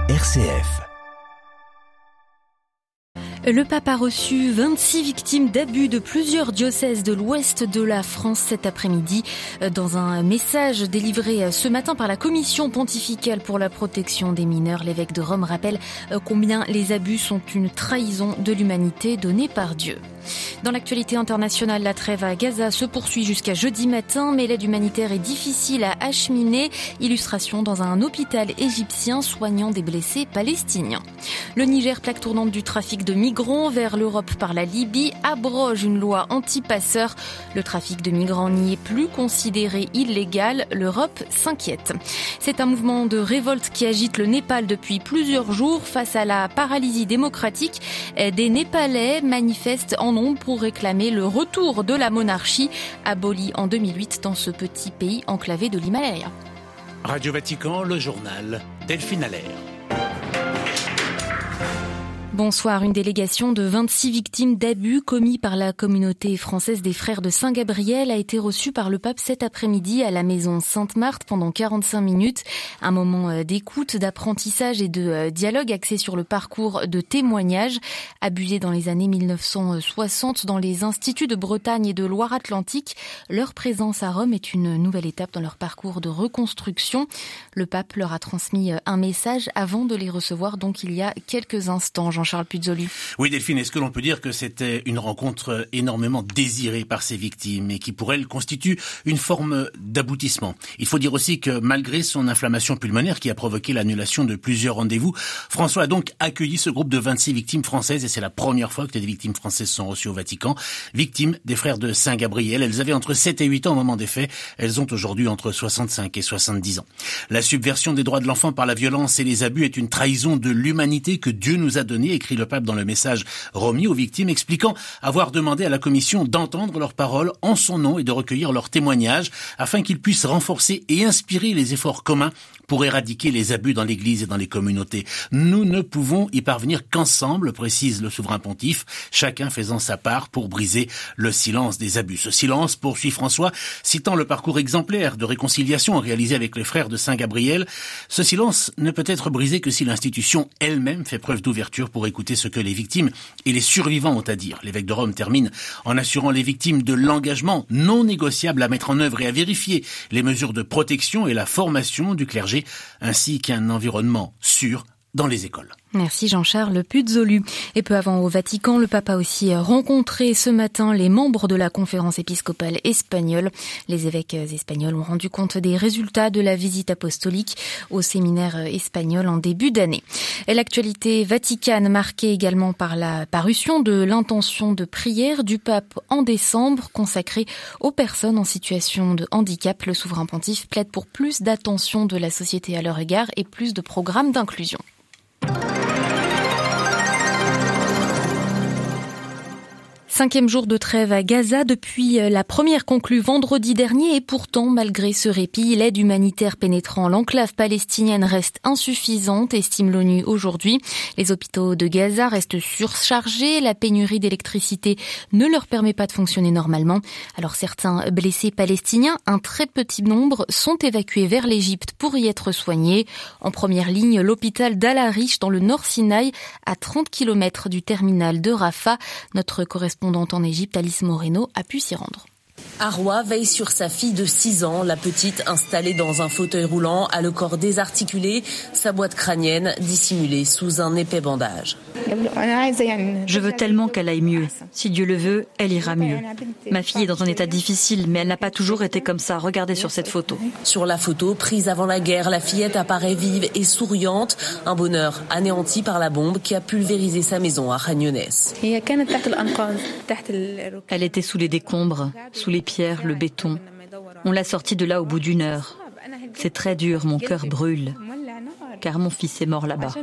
RCF. Le pape a reçu 26 victimes d'abus de plusieurs diocèses de l'ouest de la France cet après-midi. Dans un message délivré ce matin par la Commission pontificale pour la protection des mineurs, l'évêque de Rome rappelle combien les abus sont une trahison de l'humanité donnée par Dieu. Dans l'actualité internationale, la trêve à Gaza se poursuit jusqu'à jeudi matin, mais l'aide humanitaire est difficile à acheminer. Illustration dans un hôpital égyptien soignant des blessés palestiniens. Le Niger, plaque tournante du trafic de migrants vers l'Europe par la Libye, abroge une loi anti-passeurs. Le trafic de migrants n'y est plus considéré illégal. L'Europe s'inquiète. C'est un mouvement de révolte qui agite le Népal depuis plusieurs jours face à la paralysie démocratique. Des Népalais manifestent en nombre pour réclamer le retour de la monarchie abolie en 2008 dans ce petit pays enclavé de l'Himalaya. Radio Vatican, le journal Delphine Allaire. Bonsoir. Une délégation de 26 victimes d'abus commis par la communauté française des Frères de Saint-Gabriel a été reçue par le pape cet après-midi à la maison Sainte-Marthe pendant 45 minutes. Un moment d'écoute, d'apprentissage et de dialogue axé sur le parcours de témoignage. Abusés dans les années 1960 dans les instituts de Bretagne et de Loire-Atlantique, leur présence à Rome est une nouvelle étape dans leur parcours de reconstruction. Le pape leur a transmis un message avant de les recevoir, donc il y a quelques instants. Jean-Charles Puzolu. Oui Delphine, est-ce que l'on peut dire que c'était une rencontre énormément désirée par ces victimes et qui pour elles constitue une forme d'aboutissement? Il faut dire aussi que malgré son inflammation pulmonaire qui a provoqué l'annulation de plusieurs rendez-vous, François a donc accueilli ce groupe de 26 victimes françaises et c'est la première fois que des victimes françaises sont reçues au Vatican. Victimes des Frères de Saint-Gabriel. Elles avaient entre 7 et 8 ans au moment des faits. Elles ont aujourd'hui entre 65 et 70 ans. La subversion des droits de l'enfant par la violence et les abus est une trahison de l'humanité que Dieu nous a donnée, écrit le pape dans le message remis aux victimes, expliquant avoir demandé à la commission d'entendre leurs paroles en son nom et de recueillir leurs témoignages afin qu'ils puissent renforcer et inspirer les efforts communs pour éradiquer les abus dans l'Église et dans les communautés. Nous ne pouvons y parvenir qu'ensemble, précise le souverain pontife, chacun faisant sa part pour briser le silence des abus. Ce silence, poursuit François, citant le parcours exemplaire de réconciliation réalisé avec les Frères de Saint-Gabriel, ce silence ne peut être brisé que si l'institution elle-même fait preuve d'ouverture pour écouter ce que les victimes et les survivants ont à dire. L'évêque de Rome termine en assurant les victimes de l'engagement non négociable à mettre en œuvre et à vérifier les mesures de protection et la formation du clergé, ainsi qu'un environnement sûr dans les écoles. Merci Jean-Charles Puzolu. Et peu avant au Vatican, le pape a aussi rencontré ce matin les membres de la conférence épiscopale espagnole. Les évêques espagnols ont rendu compte des résultats de la visite apostolique au séminaire espagnol en début d'année. Et l'actualité vaticane marquée également par la parution de l'intention de prière du pape en décembre consacrée aux personnes en situation de handicap. Le souverain pontife plaide pour plus d'attention de la société à leur égard et plus de programmes d'inclusion. Cinquième jour de trêve à Gaza depuis la première conclue vendredi dernier et pourtant, malgré ce répit, l'aide humanitaire pénétrant l'enclave palestinienne reste insuffisante, estime l'ONU aujourd'hui. Les hôpitaux de Gaza restent surchargés, la pénurie d'électricité ne leur permet pas de fonctionner normalement. Alors certains blessés palestiniens, un très petit nombre, sont évacués vers l'Égypte pour y être soignés. En première ligne, l'hôpital d'Al-Arish dans le Nord Sinaï, à 30 km du terminal de Rafah. Notre correspondante en Égypte, Alice Moreno, a pu s'y rendre. Arwa veille sur sa fille de 6 ans. La petite, installée dans un fauteuil roulant, a le corps désarticulé, sa boîte crânienne dissimulée sous un épais bandage. Je veux tellement qu'elle aille mieux. Si Dieu le veut, elle ira mieux. Ma fille est dans un état difficile, mais elle n'a pas toujours été comme ça. Regardez sur cette photo. Sur la photo, prise avant la guerre, la fillette apparaît vive et souriante. Un bonheur anéanti par la bombe qui a pulvérisé sa maison à Khan Younes. Elle était sous les décombres, sous les pierres, le béton. On l'a sortie de là au bout d'1 heure. C'est très dur, mon cœur brûle. Car mon fils est mort là-bas.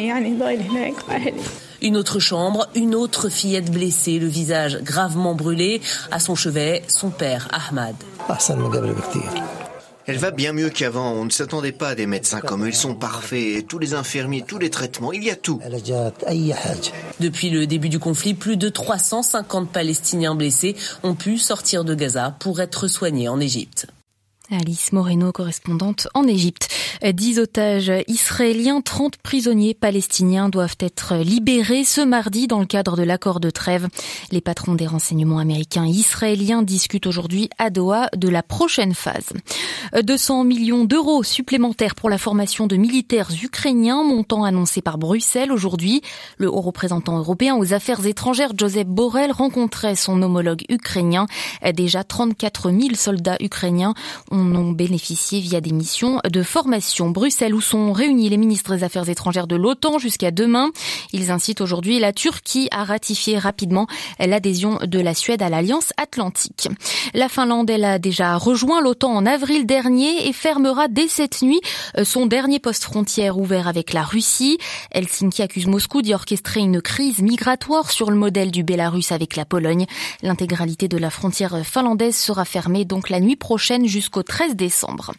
Une autre chambre, une autre fillette blessée, le visage gravement brûlé. À son chevet, son père, Ahmad. Elle va bien mieux qu'avant. On ne s'attendait pas à des médecins comme eux. Ils sont parfaits. Tous les infirmiers, tous les traitements, il y a tout. Depuis le début du conflit, plus de 350 Palestiniens blessés ont pu sortir de Gaza pour être soignés en Égypte. Alice Moreno, correspondante en Égypte. 10 otages israéliens, 30 prisonniers palestiniens doivent être libérés ce mardi dans le cadre de l'accord de trêve. Les patrons des renseignements américains et israéliens discutent aujourd'hui à Doha de la prochaine phase. 200 millions d'euros supplémentaires pour la formation de militaires ukrainiens, montant annoncé par Bruxelles aujourd'hui. Le haut représentant européen aux affaires étrangères, Josep Borrell, rencontrait son homologue ukrainien. Déjà 34 000 soldats ukrainiens en ont bénéficié via des missions de formation. Bruxelles, où sont réunis les ministres des Affaires étrangères de l'OTAN jusqu'à demain. Ils incitent aujourd'hui la Turquie à ratifier rapidement l'adhésion de la Suède à l'Alliance Atlantique. La Finlande, elle a déjà rejoint l'OTAN en avril dernier et fermera dès cette nuit son dernier poste frontière ouvert avec la Russie. Helsinki accuse Moscou d'y orchestrer une crise migratoire sur le modèle du Bélarus avec la Pologne. L'intégralité de la frontière finlandaise sera fermée donc la nuit prochaine jusqu'au 13 décembre.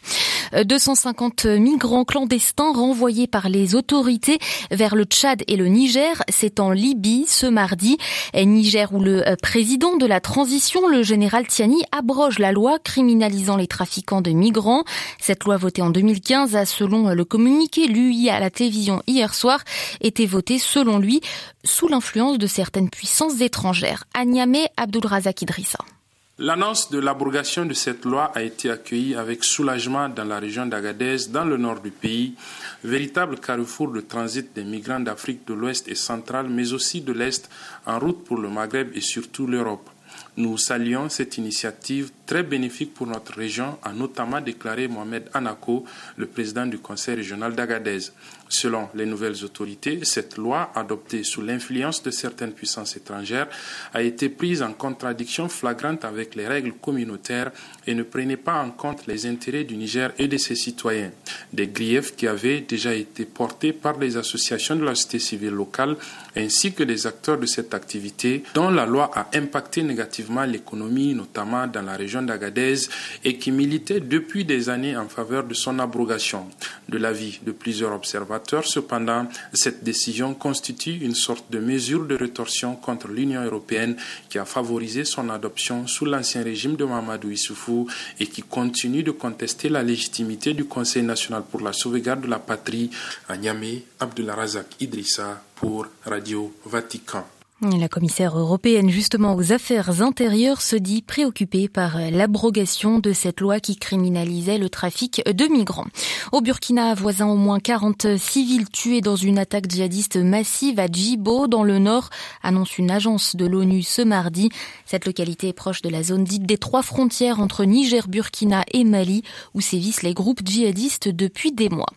250 migrants clandestins renvoyés par les autorités vers le Tchad et le Niger. C'est en Libye ce mardi. Niger où le président de la transition, le général Tiani, abroge la loi criminalisant les trafiquants de migrants. Cette loi votée en 2015 a, selon le communiqué lu à la télévision hier soir, été votée selon lui sous l'influence de certaines puissances étrangères. À Niamey, Abdulrazak Idrissa. L'annonce de l'abrogation de cette loi a été accueillie avec soulagement dans la région d'Agadez, dans le nord du pays, véritable carrefour de transit des migrants d'Afrique de l'Ouest et centrale, mais aussi de l'Est, en route pour le Maghreb et surtout l'Europe. Nous saluons cette initiative très bénéfique pour notre région, a notamment déclaré Mohamed Anako, le président du conseil régional d'Agadez. Selon les nouvelles autorités, cette loi, adoptée sous l'influence de certaines puissances étrangères, a été prise en contradiction flagrante avec les règles communautaires et ne prenait pas en compte les intérêts du Niger et de ses citoyens. Des griefs qui avaient déjà été portés par les associations de la société civile locale ainsi que des acteurs de cette activité, dont la loi a impacté négativement l'économie, notamment dans la région d'Agadez, et qui militait depuis des années en faveur de son abrogation. De l'avis de plusieurs observateurs, cependant, cette décision constitue une sorte de mesure de rétorsion contre l'Union européenne qui a favorisé son adoption sous l'ancien régime de Mahamadou Issoufou et qui continue de contester la légitimité du Conseil national pour la sauvegarde de la patrie. À Niamey, Abdulrazak Idrissa pour Radio Vatican. La commissaire européenne justement aux affaires intérieures se dit préoccupée par l'abrogation de cette loi qui criminalisait le trafic de migrants. Au Burkina voisin, au moins 40 civils tués dans une attaque djihadiste massive à Djibo dans le nord, annonce une agence de l'ONU ce mardi. Cette localité est proche de la zone dite des 3 frontières entre Niger, Burkina et Mali où sévissent les groupes djihadistes depuis des mois.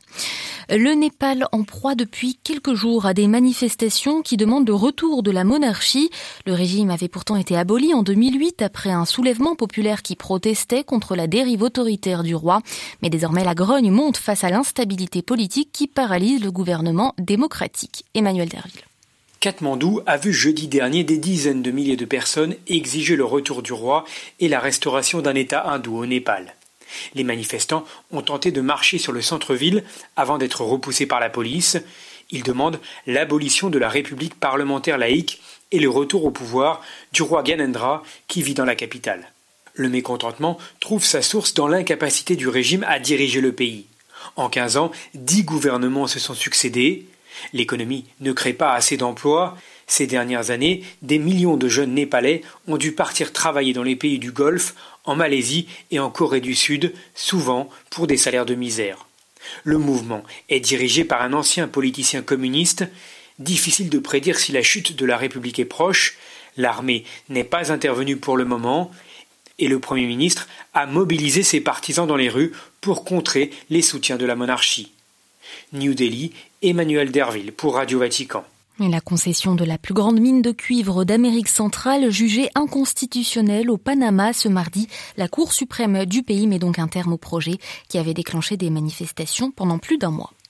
Le Népal en proie depuis quelques jours à des manifestations qui demandent le retour de la monarchie. Le régime avait pourtant été aboli en 2008 après un soulèvement populaire qui protestait contre la dérive autoritaire du roi. Mais désormais la grogne monte face à l'instabilité politique qui paralyse le gouvernement démocratique. Emmanuel Derville. Katmandou a vu jeudi dernier des dizaines de milliers de personnes exiger le retour du roi et la restauration d'un État hindou au Népal. Les manifestants ont tenté de marcher sur le centre-ville avant d'être repoussés par la police. Ils demandent l'abolition de la République parlementaire laïque et le retour au pouvoir du roi Gyanendra qui vit dans la capitale. Le mécontentement trouve sa source dans l'incapacité du régime à diriger le pays. En 15 ans, 10 gouvernements se sont succédés. L'économie ne crée pas assez d'emplois. Ces dernières années, des millions de jeunes Népalais ont dû partir travailler dans les pays du Golfe, en Malaisie et en Corée du Sud, souvent pour des salaires de misère. Le mouvement est dirigé par un ancien politicien communiste. Difficile de prédire si la chute de la République est proche. L'armée n'est pas intervenue pour le moment et le Premier ministre a mobilisé ses partisans dans les rues pour contrer les soutiens de la monarchie. New Delhi, Emmanuel Derville pour Radio Vatican. Et la concession de la plus grande mine de cuivre d'Amérique centrale jugée inconstitutionnelle au Panama ce mardi. La Cour suprême du pays met donc un terme au projet qui avait déclenché des manifestations pendant plus d'un mois.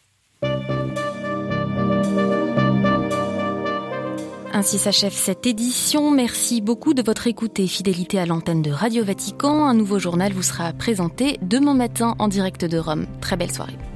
Ainsi s'achève cette édition. Merci beaucoup de votre écoute et fidélité à l'antenne de Radio Vatican. Un nouveau journal vous sera présenté demain matin en direct de Rome. Très belle soirée.